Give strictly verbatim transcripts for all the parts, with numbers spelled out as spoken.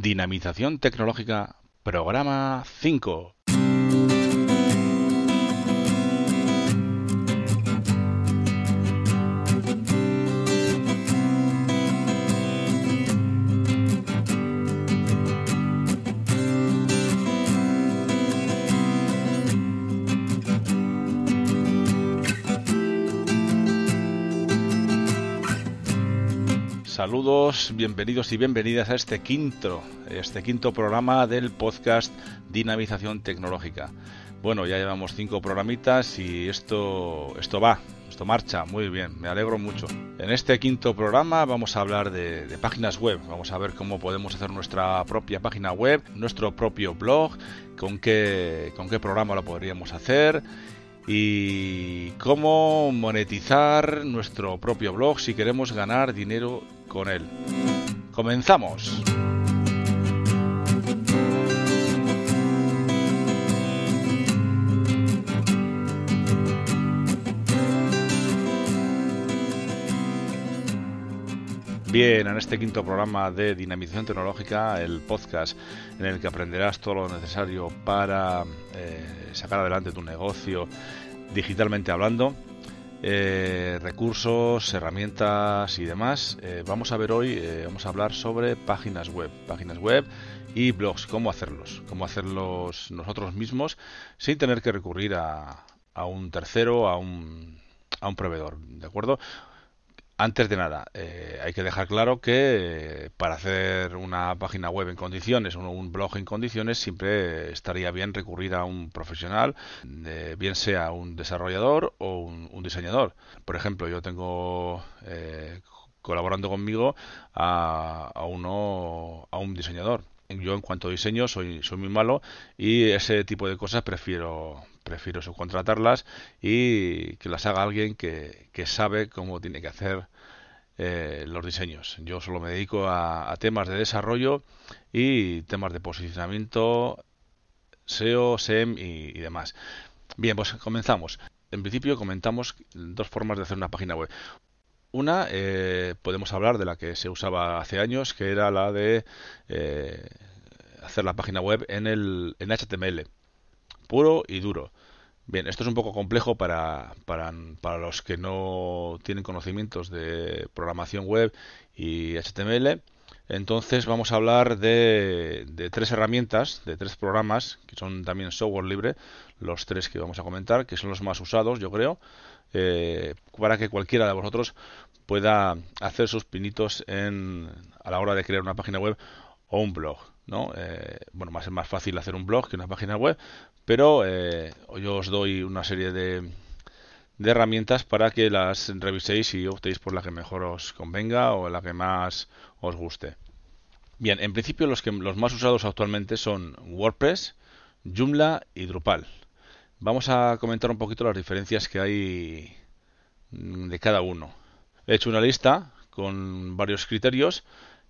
Dinamización Tecnológica, programa cinco. Saludos, bienvenidos y bienvenidas a este quinto, este quinto programa del podcast Dinamización Tecnológica. Bueno, ya llevamos cinco programitas y esto, esto va, esto marcha muy bien, me alegro mucho. En este quinto programa vamos a hablar de, de páginas web, vamos a ver cómo podemos hacer nuestra propia página web, nuestro propio blog, con qué, con qué programa lo podríamos hacer y cómo monetizar nuestro propio blog si queremos ganar dinero con él. ¡Comenzamos! Bien, en este quinto programa de Dinamización Tecnológica, el podcast en el que aprenderás todo lo necesario para eh, sacar adelante tu negocio digitalmente hablando, eh, recursos, herramientas y demás. Eh, vamos a ver hoy, eh, vamos a hablar sobre páginas web, páginas web y blogs, cómo hacerlos, cómo hacerlos nosotros mismos sin tener que recurrir a, a un tercero, a un, a un proveedor, ¿de acuerdo? Antes de nada, eh, hay que dejar claro que eh, para hacer una página web en condiciones o un blog en condiciones siempre estaría bien recurrir a un profesional, eh, bien sea un desarrollador o un, un diseñador. Por ejemplo, yo tengo eh, colaborando conmigo a, a uno a un diseñador. Yo en cuanto a diseño soy, soy muy malo y ese tipo de cosas prefiero prefiero subcontratarlas y que las haga alguien que, que sabe cómo tiene que hacer eh, los diseños. Yo solo me dedico a, a temas de desarrollo y temas de posicionamiento, S E O, S E M y, y demás. Bien, pues comenzamos. En principio comentamos dos formas de hacer una página web. Una, eh, podemos hablar de la que se usaba hace años, que era la de eh, hacer la página web en el en H T M L, puro y duro. Bien, esto es un poco complejo para, para, para los que no tienen conocimientos de programación web y H T M L. Entonces vamos a hablar de, de tres herramientas, de tres programas, que son también software libre, los tres que vamos a comentar, que son los más usados, yo creo, eh, para que cualquiera de vosotros pueda hacer sus pinitos en, a la hora de crear una página web o un blog, ¿no? Eh, bueno, más es más fácil hacer un blog que una página web, pero eh, yo os doy una serie de, de herramientas para que las reviséis y optéis por la que mejor os convenga o la que más os guste. Bien, en principio los que los más usados actualmente son WordPress, Joomla y Drupal. Vamos a comentar un poquito las diferencias que hay de cada uno. He hecho una lista con varios criterios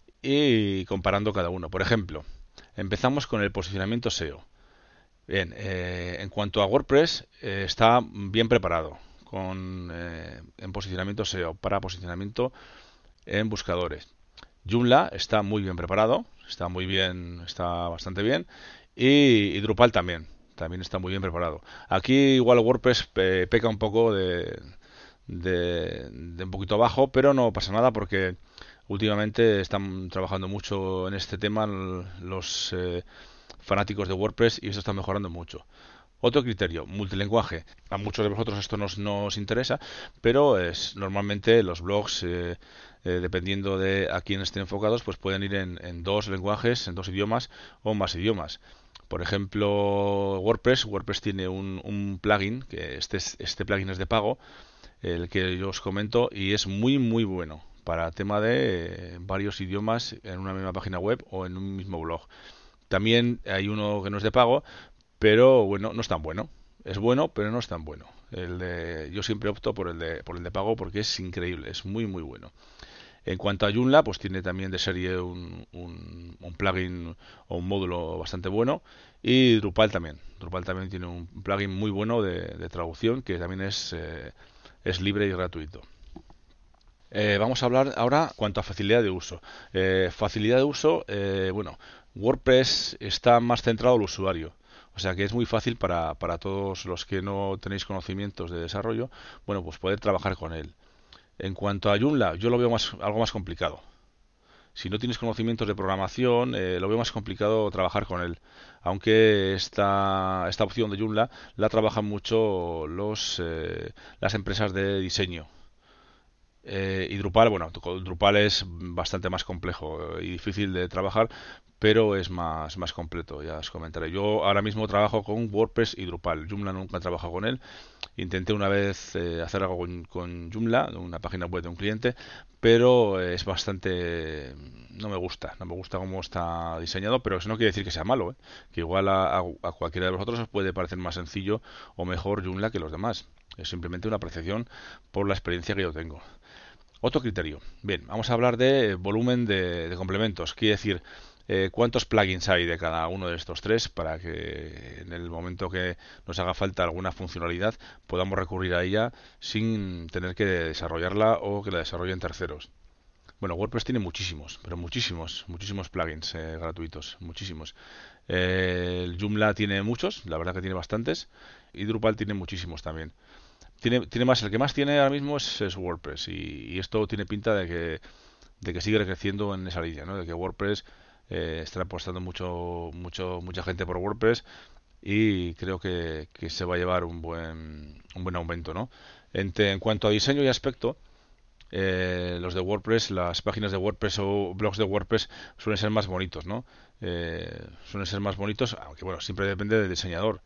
y comparando cada uno. Por ejemplo, empezamos con el posicionamiento S E O. Bien, eh, en cuanto a WordPress, eh, está bien preparado con eh, en posicionamiento S E O para posicionamiento en buscadores. Joomla está muy bien preparado, está muy bien, está bastante bien, y, y Drupal también, también está muy bien preparado. Aquí igual WordPress eh, peca un poco de, de, de un poquito abajo, pero no pasa nada porque últimamente están trabajando mucho en este tema los eh, fanáticos de WordPress y eso está mejorando mucho. Otro criterio, multilenguaje. A muchos de vosotros esto nos, nos interesa, pero es normalmente los blogs, eh, eh, dependiendo de a quién estén enfocados, pues pueden ir en, en dos lenguajes, en dos idiomas o más idiomas. Por ejemplo, WordPress. WordPress tiene un, un plugin, que este, este plugin es de pago, el que yo os comento, y es muy muy bueno para tema de eh, varios idiomas en una misma página web o en un mismo blog. También hay uno que no es de pago, pero bueno, no es tan bueno. Es bueno, pero no es tan bueno. El de, yo siempre opto por el de por el de pago porque es increíble, es muy muy bueno. En cuanto a Joomla, pues tiene también de serie un, un, un plugin o un módulo bastante bueno. Y Drupal también. Drupal también tiene un plugin muy bueno de, de traducción que también es, eh, es libre y gratuito. Eh, vamos a hablar ahora cuanto a facilidad de uso. Eh, facilidad de uso, eh, bueno, WordPress está más centrado al usuario. O sea que es muy fácil para, para todos los que no tenéis conocimientos de desarrollo, bueno, pues poder trabajar con él. En cuanto a Joomla, yo lo veo más, algo más complicado. Si no tienes conocimientos de programación, eh, lo veo más complicado trabajar con él. Aunque esta, esta opción de Joomla la trabajan mucho los, eh, las empresas de diseño. Eh, y Drupal, bueno, Drupal es bastante más complejo y difícil de trabajar, pero es más, más completo, ya os comentaré. Yo ahora mismo trabajo con WordPress y Drupal. Joomla nunca he trabajado con él. Intenté una vez eh, hacer algo con, con Joomla, una página web de un cliente, pero eh, es bastante... no me gusta, no me gusta cómo está diseñado, pero eso no quiere decir que sea malo, ¿eh? Que igual a, a, a cualquiera de vosotros os puede parecer más sencillo o mejor Joomla que los demás. Es simplemente una apreciación por la experiencia que yo tengo. Otro criterio. Bien, vamos a hablar de volumen de, de complementos. Quiere decir, eh, cuántos plugins hay de cada uno de estos tres para que en el momento que nos haga falta alguna funcionalidad podamos recurrir a ella sin tener que desarrollarla o que la desarrollen terceros. Bueno, WordPress tiene muchísimos, pero muchísimos, muchísimos plugins eh, gratuitos, muchísimos. Eh, el Joomla tiene muchos, la verdad que tiene bastantes, y Drupal tiene muchísimos también. Tiene, tiene más, el que más tiene ahora mismo es, es WordPress y, y esto tiene pinta de que, de que sigue creciendo en esa línea, ¿no? De que WordPress eh, está apostando mucho, mucho, mucha gente por WordPress y creo que, que se va a llevar un buen, un buen aumento, ¿no? En, te- en cuanto a diseño y aspecto, eh, los de WordPress, las páginas de WordPress o blogs de WordPress suelen ser más bonitos, ¿no? Eh, suelen ser más bonitos, aunque bueno, siempre depende del diseñador,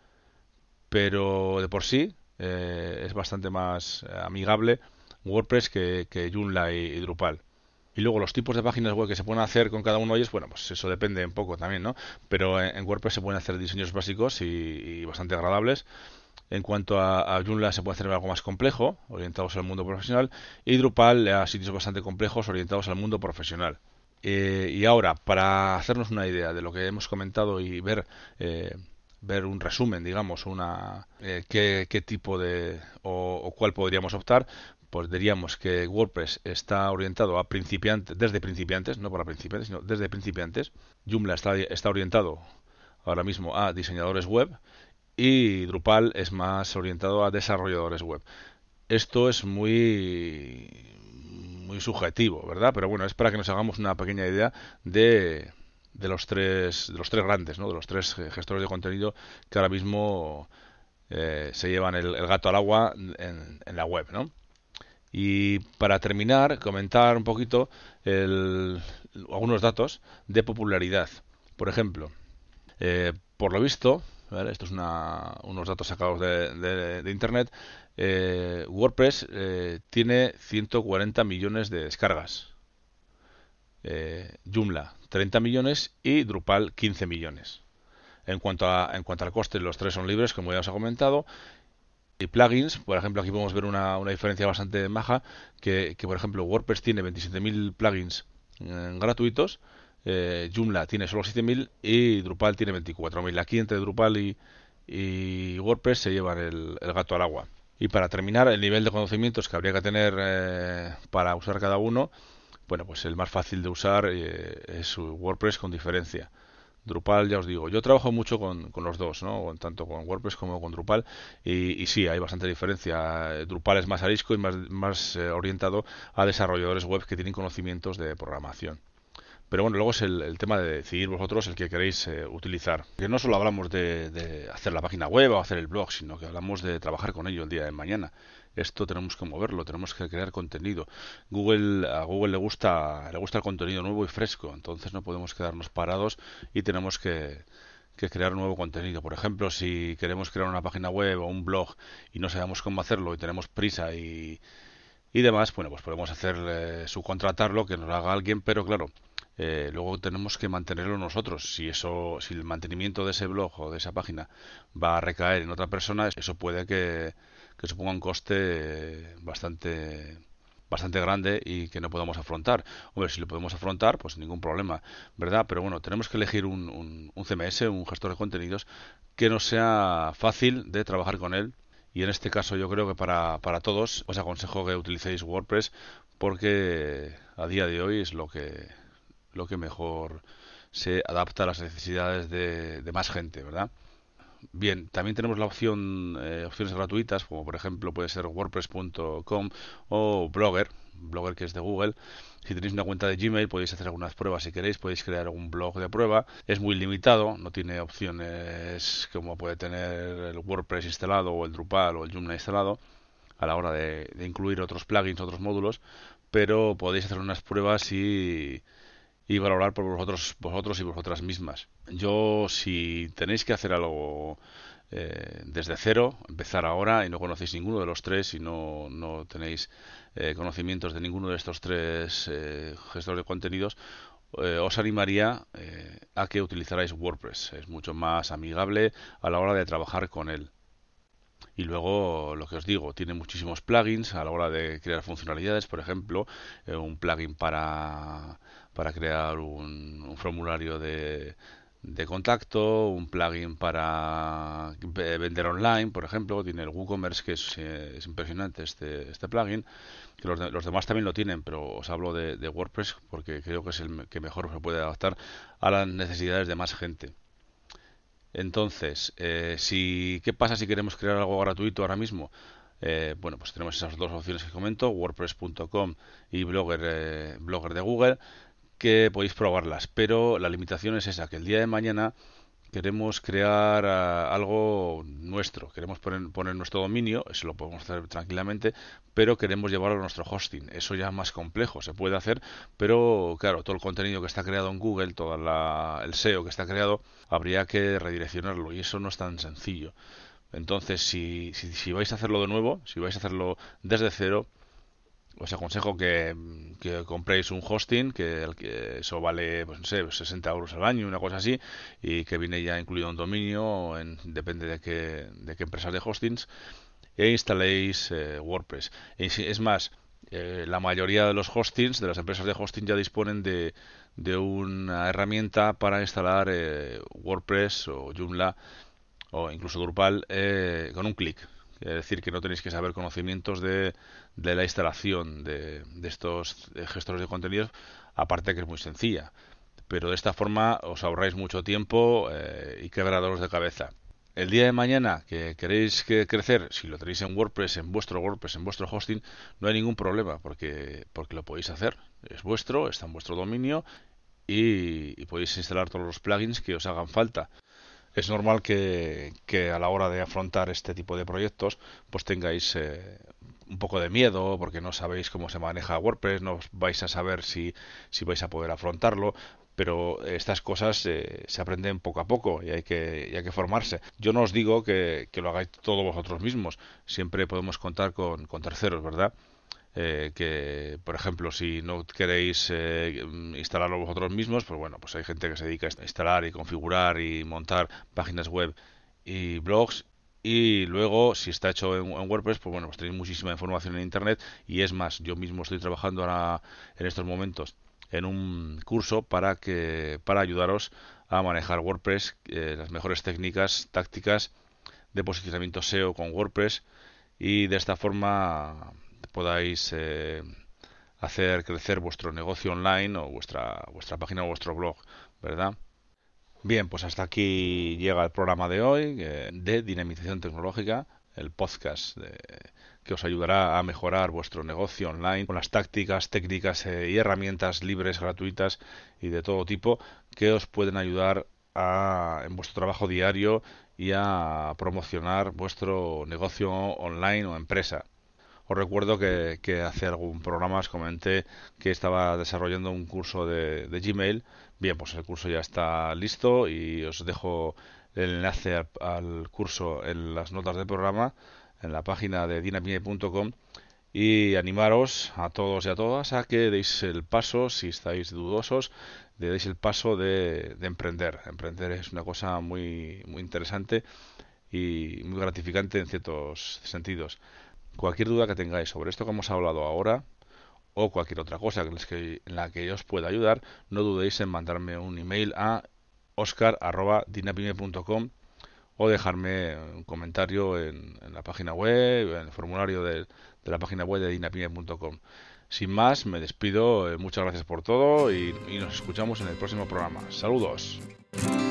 pero de por sí eh, es bastante más eh, amigable WordPress que, que Joomla y, y Drupal. Y luego los tipos de páginas web que se pueden hacer con cada uno de ellos, bueno, pues eso depende un poco también, ¿no? Pero en, en WordPress se pueden hacer diseños básicos y, y bastante agradables. En cuanto a, a Joomla se puede hacer algo más complejo, orientados al mundo profesional, y Drupal a sitios bastante complejos, orientados al mundo profesional. Eh, y ahora, para hacernos una idea de lo que hemos comentado y ver eh, ver un resumen, digamos, una eh, qué, qué tipo de o, o cuál podríamos optar, pues diríamos que WordPress está orientado a principiantes, desde principiantes, no para principiantes, sino desde principiantes. Joomla está, está orientado ahora mismo a diseñadores web y Drupal es más orientado a desarrolladores web. Esto es muy muy subjetivo, ¿verdad? Pero bueno, es para que nos hagamos una pequeña idea de, de los tres de los tres grandes, ¿no? De los tres gestores de contenido que ahora mismo eh, se llevan el, el gato al agua en, en la web, ¿no? Y para terminar, comentar un poquito el, algunos datos de popularidad. Por ejemplo, eh, por lo visto, ¿vale? Esto es una, unos datos sacados de, de, de internet, eh, WordPress eh, tiene ciento cuarenta millones de descargas, eh, Joomla treinta millones y Drupal quince millones. En cuanto, a, en cuanto al coste, los tres son libres, como ya os he comentado. Y plugins, por ejemplo, aquí podemos ver una, una diferencia bastante maja, que, que por ejemplo WordPress tiene veintisiete mil plugins eh, gratuitos, eh, Joomla tiene solo siete mil y Drupal tiene veinticuatro mil. Aquí entre Drupal y, y WordPress se llevan el, el gato al agua. Y para terminar, el nivel de conocimientos que habría que tener eh, para usar cada uno, bueno, pues el más fácil de usar eh, es WordPress con diferencia. Drupal, ya os digo, yo trabajo mucho con, con los dos, ¿no? Tanto con WordPress como con Drupal, y, y sí, hay bastante diferencia. Drupal es más arisco y más, más eh, orientado a desarrolladores web que tienen conocimientos de programación. Pero bueno, luego es el, el tema de decidir vosotros el que queréis eh, utilizar. Que no solo hablamos de, de hacer la página web o hacer el blog, sino que hablamos de trabajar con ello el día de mañana. Esto tenemos que moverlo, tenemos que crear contenido. Google, a Google le gusta, le gusta el contenido nuevo y fresco, entonces no podemos quedarnos parados y tenemos que, que crear nuevo contenido. Por ejemplo, si queremos crear una página web o un blog y no sabemos cómo hacerlo y tenemos prisa y, y demás, bueno, pues podemos hacer eh, subcontratarlo, que nos lo haga alguien, pero claro, eh, luego tenemos que mantenerlo nosotros. Si eso, si el mantenimiento de ese blog o de esa página va a recaer en otra persona, eso puede que, que suponga un coste eh, bastante bastante grande y que no podamos afrontar. Hombre, si lo podemos afrontar, pues ningún problema, ¿verdad? Pero bueno, tenemos que elegir un, un, un C M S, un gestor de contenidos, que nos sea fácil de trabajar con él. Y en este caso yo creo que para, para todos os aconsejo que utilicéis WordPress porque a día de hoy es lo que, lo que mejor se adapta a las necesidades de, de más gente, ¿verdad? Bien, también tenemos la opción, eh, opciones gratuitas, como por ejemplo puede ser WordPress punto com o Blogger, Blogger que es de Google. Si tenéis una cuenta de Gmail podéis hacer algunas pruebas si queréis, podéis crear un blog de prueba. Es muy limitado, no tiene opciones como puede tener el WordPress instalado o el Drupal o el Joomla instalado a la hora de, de incluir otros plugins, otros módulos, pero podéis hacer unas pruebas y y valorar por vosotros, vosotros y vosotras mismas. Yo, si tenéis que hacer algo eh, desde cero, empezar ahora y no conocéis ninguno de los tres y no, no tenéis eh, conocimientos de ninguno de estos tres eh, gestores de contenidos, eh, os animaría eh, a que utilizarais WordPress. Es mucho más amigable a la hora de trabajar con él. Y luego, lo que os digo, tiene muchísimos plugins a la hora de crear funcionalidades. Por ejemplo, eh, un plugin para, para crear un, un formulario de, de contacto, un plugin para vender online, por ejemplo. Tiene el WooCommerce, que es, eh, es impresionante este, este plugin. Que los, de, los demás también lo tienen, pero os hablo de, de WordPress porque creo que es el que mejor se puede adaptar a las necesidades de más gente. Entonces, eh, si, ¿qué pasa si queremos crear algo gratuito ahora mismo? Eh, bueno, pues tenemos esas dos opciones que comento, WordPress punto com y Blogger, eh, Blogger de Google, que podéis probarlas. Pero la limitación es esa, que el día de mañana queremos crear uh, algo nuestro, queremos poner, poner nuestro dominio, eso lo podemos hacer tranquilamente, pero queremos llevarlo a nuestro hosting. Eso ya es más complejo, se puede hacer, pero claro, todo el contenido que está creado en Google, todo la, el S E O que está creado, habría que redireccionarlo y eso no es tan sencillo. Entonces, si, si, si vais a hacerlo de nuevo, si vais a hacerlo desde cero, os aconsejo que, que compréis un hosting, que, que eso vale, pues no sé, sesenta euros al año, una cosa así, y que viene ya incluido un dominio, en, depende de qué, de qué empresas de hostings, e instaléis eh, WordPress. Y si, es más, eh, la mayoría de los hostings, de las empresas de hosting, ya disponen de, de una herramienta para instalar eh, WordPress o Joomla o incluso Drupal eh, con un clic. Es decir, que no tenéis que saber conocimientos de, de la instalación de, de estos gestores de contenidos, aparte que es muy sencilla. Pero de esta forma os ahorráis mucho tiempo eh, y quebraderos de cabeza. El día de mañana que queréis que crecer, si lo tenéis en WordPress, en vuestro WordPress, en vuestro hosting, no hay ningún problema porque, porque lo podéis hacer. Es vuestro, está en vuestro dominio y, y podéis instalar todos los plugins que os hagan falta. Es normal que, que a la hora de afrontar este tipo de proyectos pues tengáis eh, un poco de miedo porque no sabéis cómo se maneja WordPress, no vais a saber si, si vais a poder afrontarlo, pero estas cosas eh, se aprenden poco a poco y hay que, y hay que formarse. Yo no os digo que, que lo hagáis todos vosotros mismos, siempre podemos contar con, con terceros, ¿verdad? Eh, que, por ejemplo, si no queréis eh, instalarlo vosotros mismos, pues bueno, pues hay gente que se dedica a instalar y configurar y montar páginas web y blogs. Y luego, si está hecho en, en WordPress, pues bueno, pues tenéis muchísima información en Internet. Y es más, yo mismo estoy trabajando ahora en estos momentos en un curso para que para ayudaros a manejar WordPress, eh, las mejores técnicas, tácticas de posicionamiento S E O con WordPress y de esta forma podáis eh, hacer crecer vuestro negocio online o vuestra vuestra página o vuestro blog, ¿verdad? Bien, pues hasta aquí llega el programa de hoy eh, de Dinamización Tecnológica, el podcast de, que os ayudará a mejorar vuestro negocio online con las tácticas, técnicas eh, y herramientas libres, gratuitas y de todo tipo que os pueden ayudar a, en vuestro trabajo diario y a promocionar vuestro negocio online o empresa. Os recuerdo que, que hace algún programa os comenté que estaba desarrollando un curso de, de Gmail. Bien, pues el curso ya está listo y os dejo el enlace al, al curso en las notas del programa, en la página de dinamite punto com y animaros a todos y a todas a que deis el paso, si estáis dudosos, de deis el paso de, de emprender. Emprender es una cosa muy, muy interesante y muy gratificante en ciertos sentidos. Cualquier duda que tengáis sobre esto que hemos hablado ahora o cualquier otra cosa en la que yo os pueda ayudar, no dudéis en mandarme un email a oscar arroba dinapime punto com o dejarme un comentario en, en la página web, en el formulario de, de la página web de dinapime punto com. Sin más, me despido. Eh, muchas gracias por todo y, y nos escuchamos en el próximo programa. Saludos.